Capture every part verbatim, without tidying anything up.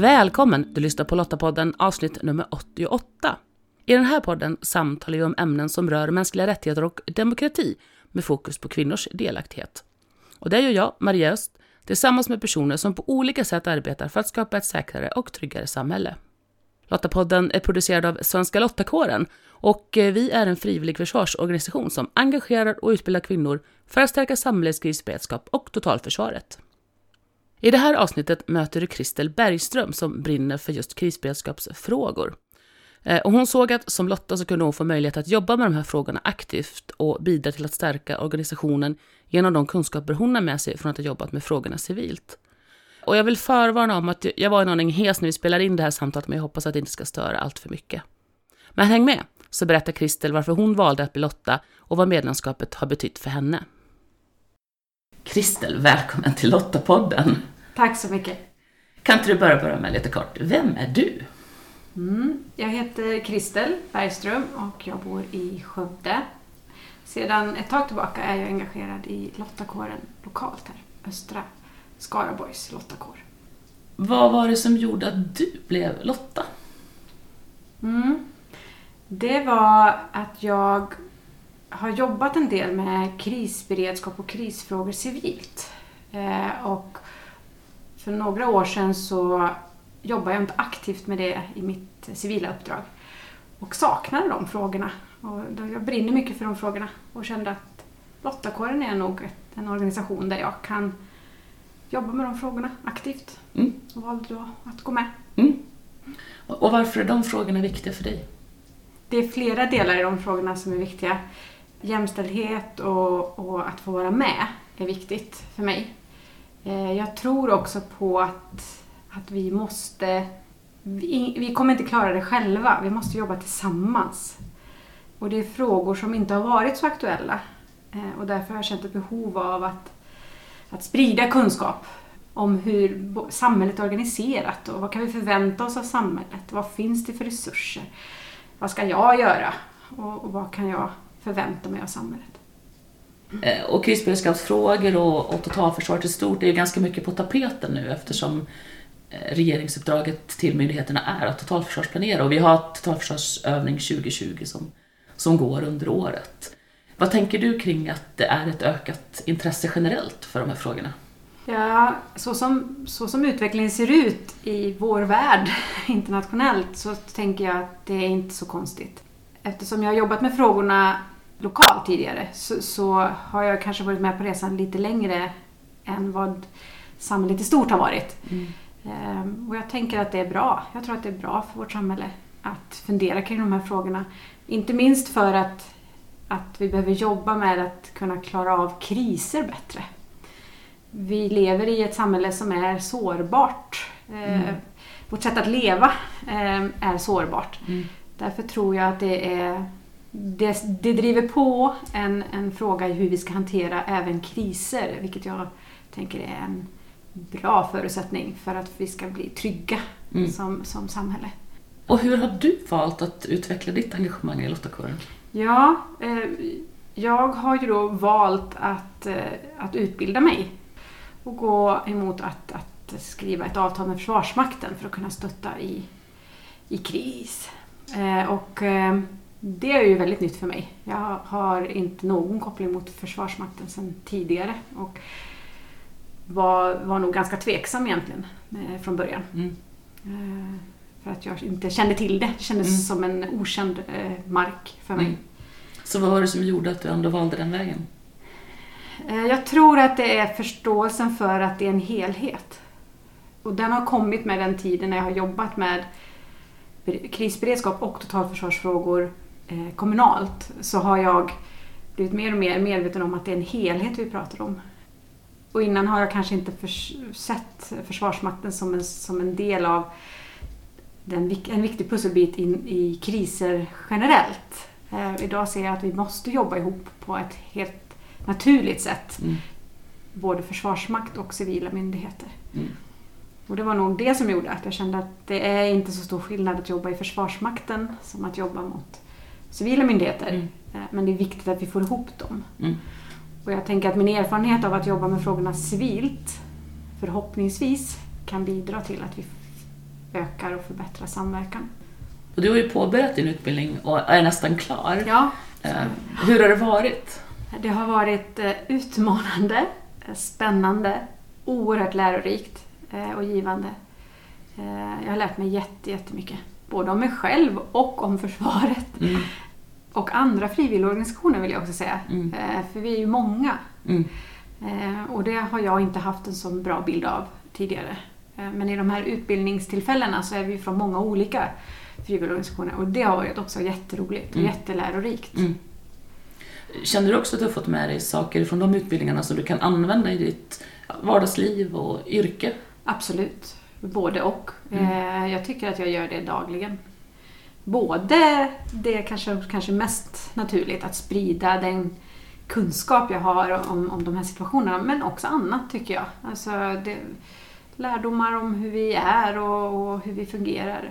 Välkommen, du lyssnar på Lottapodden avsnitt nummer åttioåtta. I den här podden samtalar vi om ämnen som rör mänskliga rättigheter och demokrati med fokus på kvinnors delaktighet. Och det gör jag, Maria Öst, tillsammans med personer som på olika sätt arbetar för att skapa ett säkrare och tryggare samhälle. Lottapodden är producerad av Svenska Lottakåren och vi är en frivillig försvarsorganisation som engagerar och utbildar kvinnor för att stärka samhällets krisberedskap och totalförsvaret. I det här avsnittet möter du Kristel Bergström som brinner för just krisberedskapsfrågor. Och hon såg att som Lotta så kunde hon få möjlighet att jobba med de här frågorna aktivt och bidra till att stärka organisationen genom de kunskaper hon har med sig från att ha jobbat med frågorna civilt. Och jag vill förvarna om att jag var en aning hes när vi spelar in det här samtalet, men jag hoppas att det inte ska störa allt för mycket. Men häng med, så berättar Kristel varför hon valde att bli Lotta och vad medlemskapet har betytt för henne. Kristel, välkommen till Lottapodden. Tack så mycket. Kan inte du börja börja med lite kort? Vem är du? Mm, jag heter Kristel Bergström och jag bor i Skövde. Sedan ett tag tillbaka är jag engagerad i Lottakåren lokalt här. Östra Skaraborgs Lottakår. Vad var det som gjorde att du blev Lotta? Mm, det var att jag har jobbat en del med krisberedskap och krisfrågor civilt. Eh, och för några år sedan så jobbade jag inte aktivt med det i mitt civila uppdrag. Och saknade de frågorna. Och då jag brinner mycket för de frågorna. Och kände att Lottakåren är nog en organisation där jag kan jobba med de frågorna aktivt. Mm. Och valde då att gå med. Mm. Och varför är de frågorna viktiga för dig? Det är flera delar i de frågorna som är viktiga. Jämställdhet och, och att få vara med är viktigt för mig. Jag tror också på att, att vi måste, vi, vi kommer inte klara det själva, vi måste jobba tillsammans. Och det är frågor som inte har varit så aktuella. Och därför har jag känt ett behov av att, att sprida kunskap om hur samhället är organiserat och vad kan vi förvänta oss av samhället. Vad finns det för resurser? Vad ska jag göra? Och, och vad kan jag förvänta mig av samhället? Och krisberedskapsfrågor och, och totalförsvaret i stort är ju ganska mycket på tapeten nu eftersom regeringsuppdraget till myndigheterna är att totalförsvarsplanera. Och vi har totalförsvarsövning tjugo tjugo som, som går under året. Vad tänker du kring att det är ett ökat intresse generellt för de här frågorna? Ja, så som, så som utvecklingen ser ut i vår värld internationellt så tänker jag att det är inte så konstigt. Eftersom jag har jobbat med frågorna lokalt tidigare så, så har jag kanske varit med på resan lite längre än vad samhället i stort har varit. Mm. Ehm, och jag tänker att det är bra. Jag tror att det är bra för vårt samhälle att fundera kring de här frågorna. Inte minst för att, att vi behöver jobba med att kunna klara av kriser bättre. Vi lever i ett samhälle som är sårbart. Mm. Ehm, vårt sätt att leva ehm, är sårbart. Mm. Därför tror jag att det är Det, det driver på en, en fråga i hur vi ska hantera även kriser, vilket jag tänker är en bra förutsättning för att vi ska bli trygga mm. som, som samhälle. Och hur har du valt att utveckla ditt engagemang i Lottakåren? Ja, eh, jag har ju då valt att, eh, att utbilda mig och gå emot att, att skriva ett avtal med Försvarsmakten för att kunna stötta i, i kris. Eh, och... Eh, Det är ju väldigt nytt för mig. Jag har inte någon koppling mot Försvarsmakten sedan tidigare och var, var nog ganska tveksam egentligen eh, från början. Mm. Eh, för att jag inte kände till det. Det kändes mm. som en okänd eh, mark för mig. Mm. Så vad var det som gjorde att du ändå valde den vägen? Eh, jag tror att det är förståelsen för att det är en helhet. Och den har kommit med den tiden när jag har jobbat med krisberedskap och totalförsvarsfrågor eh, kommunalt, så har jag blivit mer och mer medveten om att det är en helhet vi pratar om. Och innan har jag kanske inte förs- sett Försvarsmakten som en, som en del av den, en viktig pusselbit in i kriser generellt. Eh, idag ser jag att vi måste jobba ihop på ett helt naturligt sätt. Mm. Både försvarsmakt och civila myndigheter. Mm. Och det var nog det som gjorde att jag kände att det är inte så stor skillnad att jobba i Försvarsmakten som att jobba mot civila myndigheter. Mm. Men det är viktigt att vi får ihop dem. Mm. Och jag tänker att min erfarenhet av att jobba med frågorna civilt förhoppningsvis kan bidra till att vi ökar och förbättrar samverkan. Och du har ju påbörjat din utbildning och är nästan klar. Ja. Eh, hur har det varit? Det har varit utmanande, spännande, oerhört lärorikt och givande. Jag har lärt mig jätte, jättemycket. Både om mig själv och om försvaret. Mm. Och andra frivilligorganisationer vill jag också säga. Mm. För vi är ju många. Mm. Och det har jag inte haft en så bra bild av tidigare. Men i de här utbildningstillfällena så är vi från många olika frivilligorganisationer. Och det har varit också jätteroligt och mm. jättelärorikt. Mm. Känner du också att du har fått med dig saker från de utbildningarna som du kan använda i ditt vardagsliv och yrke? Absolut. Både och. Mm. Jag tycker att jag gör det dagligen. Både det kanske, kanske mest naturligt att sprida den kunskap jag har om, om de här situationerna, men också annat tycker jag. Alltså det, lärdomar om hur vi är och, och hur vi fungerar.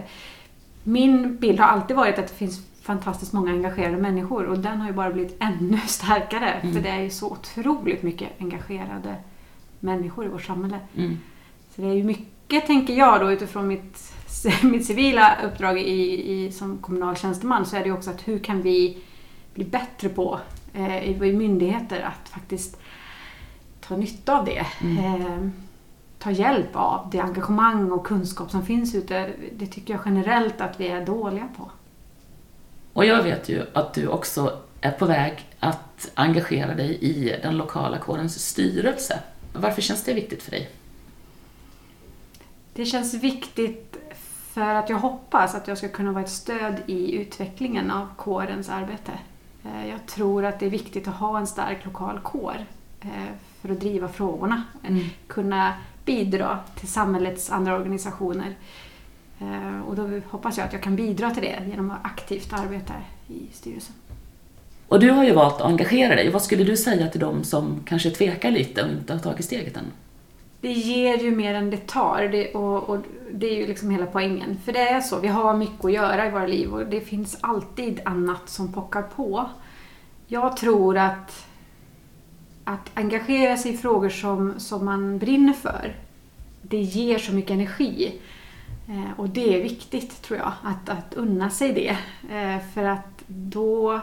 Min bild har alltid varit att det finns fantastiskt många engagerade människor och den har ju bara blivit ännu starkare. Mm. För det är ju så otroligt mycket engagerade människor i vårt samhälle. Mm. Så det är ju mycket, tänker jag då utifrån mitt, mitt civila uppdrag i, i, som kommunal tjänsteman, så är det ju också att hur kan vi bli bättre på eh, i, i myndigheter att faktiskt ta nytta av det. Mm. Eh, ta hjälp av det engagemang och kunskap som finns ute. Det tycker jag generellt att vi är dåliga på. Och jag vet ju att du också är på väg att engagera dig i den lokala kårens styrelse. Varför känns det viktigt för dig? Det känns viktigt för att jag hoppas att jag ska kunna vara ett stöd i utvecklingen av kårens arbete. Jag tror att det är viktigt att ha en stark lokal kår för att driva frågorna. Mm. Kunna bidra till samhällets andra organisationer. Och då hoppas jag att jag kan bidra till det genom att aktivt arbeta i styrelsen. Och du har ju valt att engagera dig. Vad skulle du säga till dem som kanske tvekar lite och inte har tagit steget än? Det ger ju mer än det tar. Det, och, och det är ju liksom hela poängen. För det är så, vi har mycket att göra i våra liv och det finns alltid annat som pockar på. Jag tror att att engagera sig i frågor som, som man brinner för, det ger så mycket energi. Eh, och det är viktigt, tror jag, att, att unna sig det. Eh, för att då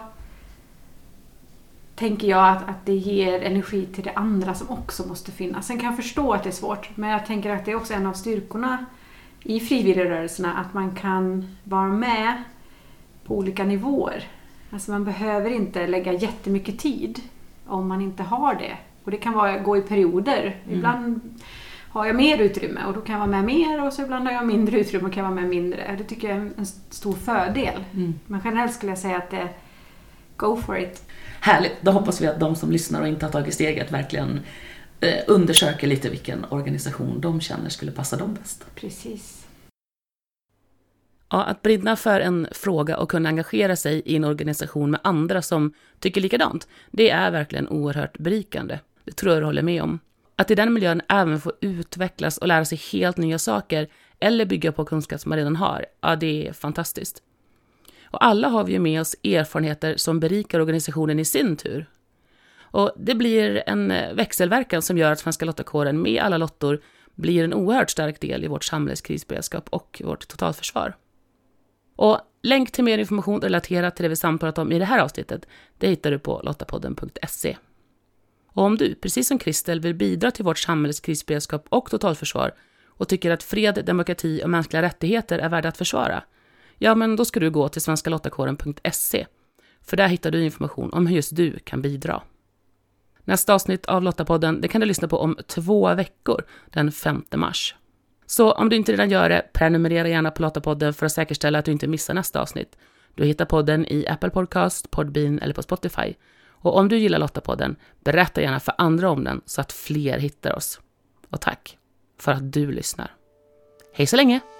tänker jag att, att det ger energi till det andra som också måste finnas. Sen kan jag förstå att det är svårt, men jag tänker att det är också en av styrkorna i frivilligrörelserna, att man kan vara med på olika nivåer. Alltså man behöver inte lägga jättemycket tid om man inte har det. Och det kan vara, gå i perioder. Mm. Ibland har jag mer utrymme och då kan jag vara med mer, och så ibland har jag mindre utrymme och kan vara med mindre. Det tycker jag är en stor fördel. Mm. Men generellt skulle jag säga att det go for it. Härligt, då hoppas vi att de som lyssnar och inte har tagit steget verkligen eh, undersöker lite vilken organisation de känner skulle passa dem bäst. Precis. Ja, att brinna för en fråga och kunna engagera sig i en organisation med andra som tycker likadant, det är verkligen oerhört berikande. Det tror jag du håller med om. Att i den miljön även få utvecklas och lära sig helt nya saker eller bygga på kunskap som man redan har, ja, det är fantastiskt. Och alla har vi ju med oss erfarenheter som berikar organisationen i sin tur. Och det blir en växelverkan som gör att Svenska Lottakåren med alla lottor blir en oerhört stark del i vårt samhälles krisberedskap och vårt totalförsvar. Och länk till mer information relaterat till det vi samtalat om i det här avsnittet, det hittar du på lottapodden punkt se. Och om du, precis som Kristel, vill bidra till vårt samhälles krisberedskap och totalförsvar och tycker att fred, demokrati och mänskliga rättigheter är värda att försvara, ja, men då ska du gå till svenska lottakåren punkt se. För där hittar du information om hur just du kan bidra. Nästa avsnitt av Lottapodden, det kan du lyssna på om två veckor, den femte mars. Så om du inte redan gör det, prenumerera gärna på Lottapodden för att säkerställa att du inte missar nästa avsnitt. Du hittar podden i Apple Podcast, Podbean eller på Spotify. Och om du gillar Lottapodden, berätta gärna för andra om den så att fler hittar oss. Och tack för att du lyssnar. Hej så länge!